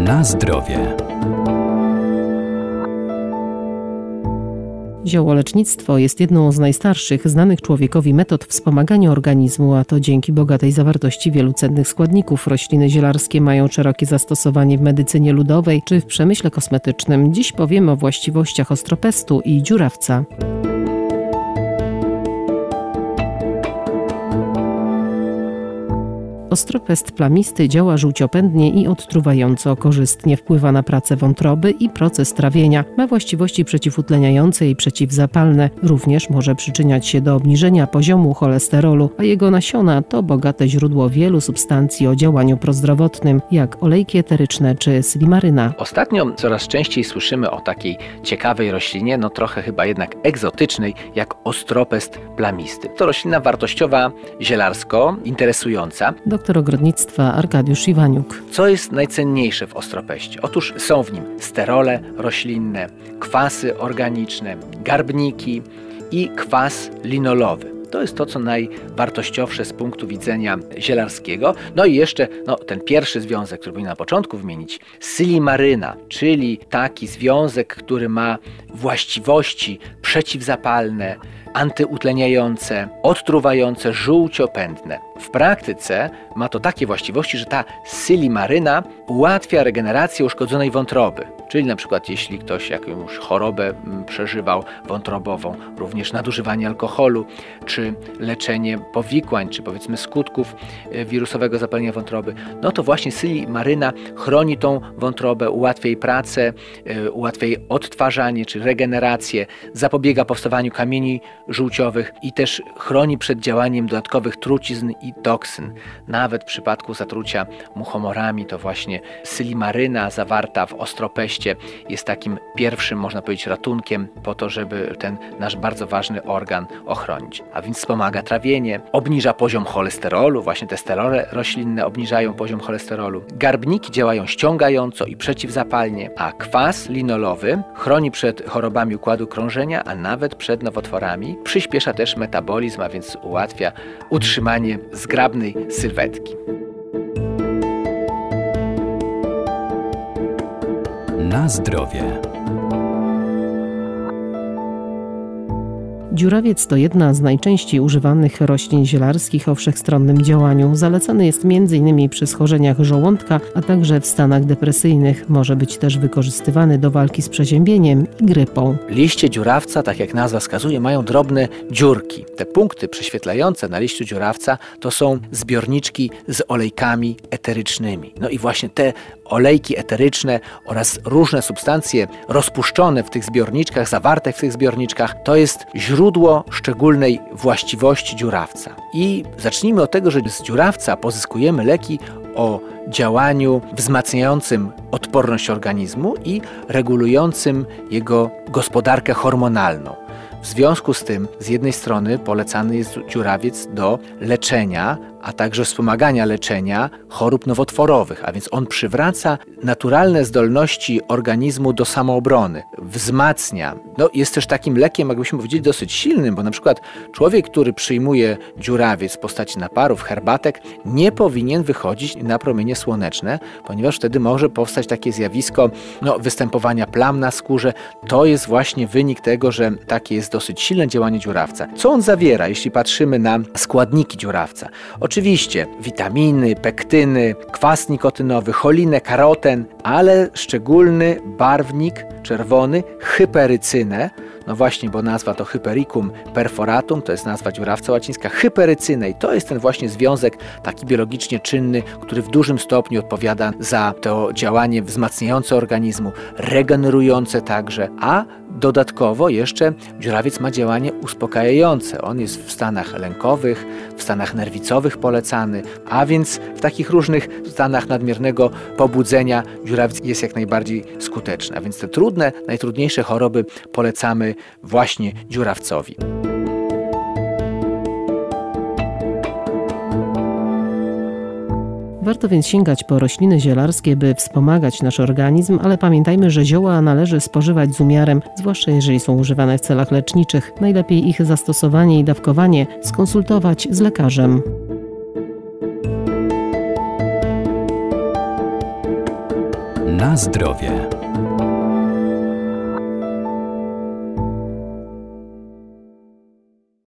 Na zdrowie. Ziołolecznictwo jest jedną z najstarszych znanych człowiekowi metod wspomagania organizmu, a to dzięki bogatej zawartości wielu cennych składników. Rośliny zielarskie mają szerokie zastosowanie w medycynie ludowej czy w przemyśle kosmetycznym. Dziś powiemy o właściwościach ostropestu i dziurawca. Ostropest plamisty działa żółciopędnie i odtruwająco, korzystnie wpływa na pracę wątroby i proces trawienia. Ma właściwości przeciwutleniające i przeciwzapalne. Również może przyczyniać się do obniżenia poziomu cholesterolu, a jego nasiona to bogate źródło wielu substancji o działaniu prozdrowotnym, jak olejki eteryczne czy silimaryna. Ostatnio coraz częściej słyszymy o takiej ciekawej roślinie, trochę chyba jednak egzotycznej, jak ostropest plamisty. To roślina wartościowa, zielarsko, interesująca. Doktor ogrodnictwa Arkadiusz Iwaniuk. Co jest najcenniejsze w ostropeście? Otóż są w nim sterole roślinne, kwasy organiczne, garbniki i kwas linolowy. To jest to, co najwartościowsze z punktu widzenia zielarskiego. I jeszcze ten pierwszy związek, który powinien na początku wymienić, silimaryna, czyli taki związek, który ma właściwości przeciwzapalne, antyutleniające, odtruwające, żółciopędne. W praktyce ma to takie właściwości, że ta silimaryna ułatwia regenerację uszkodzonej wątroby. Czyli na przykład jeśli ktoś jakąś chorobę przeżywał wątrobową, również nadużywanie alkoholu, czy leczenie powikłań, czy powiedzmy skutków wirusowego zapalenia wątroby, to właśnie silimaryna chroni tą wątrobę, ułatwia jej pracę, ułatwia jej odtwarzanie, czy regenerację, zapobiega powstawaniu kamieni żółciowych i też chroni przed działaniem dodatkowych trucizn i toksyn. Nawet w przypadku zatrucia muchomorami to właśnie silimaryna zawarta w ostropeście jest takim pierwszym, można powiedzieć, ratunkiem po to, żeby ten nasz bardzo ważny organ ochronić. A więc wspomaga trawienie, obniża poziom cholesterolu, właśnie te sterole roślinne obniżają poziom cholesterolu. Garbniki działają ściągająco i przeciwzapalnie, a kwas linolowy chroni przed chorobami układu krążenia, a nawet przed nowotworami. Przyspiesza też metabolizm, a więc ułatwia utrzymanie zgrabnej sylwetki. Na zdrowie. Dziurawiec to jedna z najczęściej używanych roślin zielarskich o wszechstronnym działaniu. Zalecany jest m.in. przy schorzeniach żołądka, a także w stanach depresyjnych. Może być też wykorzystywany do walki z przeziębieniem i grypą. Liście dziurawca, tak jak nazwa wskazuje, mają drobne dziurki. Te punkty prześwietlające na liściu dziurawca to są zbiorniczki z olejkami eterycznymi. I właśnie te olejki eteryczne oraz różne substancje rozpuszczone w tych zbiorniczkach, zawarte w tych zbiorniczkach, to jest źródło szczególnej właściwości dziurawca. I zacznijmy od tego, że z dziurawca pozyskujemy leki o działaniu wzmacniającym odporność organizmu i regulującym jego gospodarkę hormonalną. W związku z tym, z jednej strony polecany jest dziurawiec do leczenia, a także wspomagania leczenia chorób nowotworowych, a więc on przywraca naturalne zdolności organizmu do samoobrony, wzmacnia. Jest też takim lekiem, jakbyśmy powiedzieli, dosyć silnym, bo na przykład człowiek, który przyjmuje dziurawiec w postaci naparów, herbatek, nie powinien wychodzić na promienie słoneczne, ponieważ wtedy może powstać takie zjawisko występowania plam na skórze. To jest właśnie wynik tego, że takie jest dosyć silne działanie dziurawca. Co on zawiera, jeśli patrzymy na składniki dziurawca? Oczywiście witaminy, pektyny, kwas nikotynowy, cholinę, karoten, ale szczególny barwnik czerwony, hyperycynę. Właśnie, bo nazwa to Hypericum perforatum, to jest nazwa dziurawca łacińska, hyperycynę i to jest ten właśnie związek taki biologicznie czynny, który w dużym stopniu odpowiada za to działanie wzmacniające organizmu, regenerujące także, a dodatkowo jeszcze dziurawiec ma działanie uspokajające. On jest w stanach lękowych, w stanach nerwicowych polecany, a więc w takich różnych stanach nadmiernego pobudzenia dziurawiec jest jak najbardziej skuteczny. A więc te najtrudniejsze choroby polecamy właśnie dziurawcowi. Warto więc sięgać po rośliny zielarskie, by wspomagać nasz organizm, ale pamiętajmy, że zioła należy spożywać z umiarem, zwłaszcza jeżeli są używane w celach leczniczych. Najlepiej ich zastosowanie i dawkowanie skonsultować z lekarzem. Na zdrowie.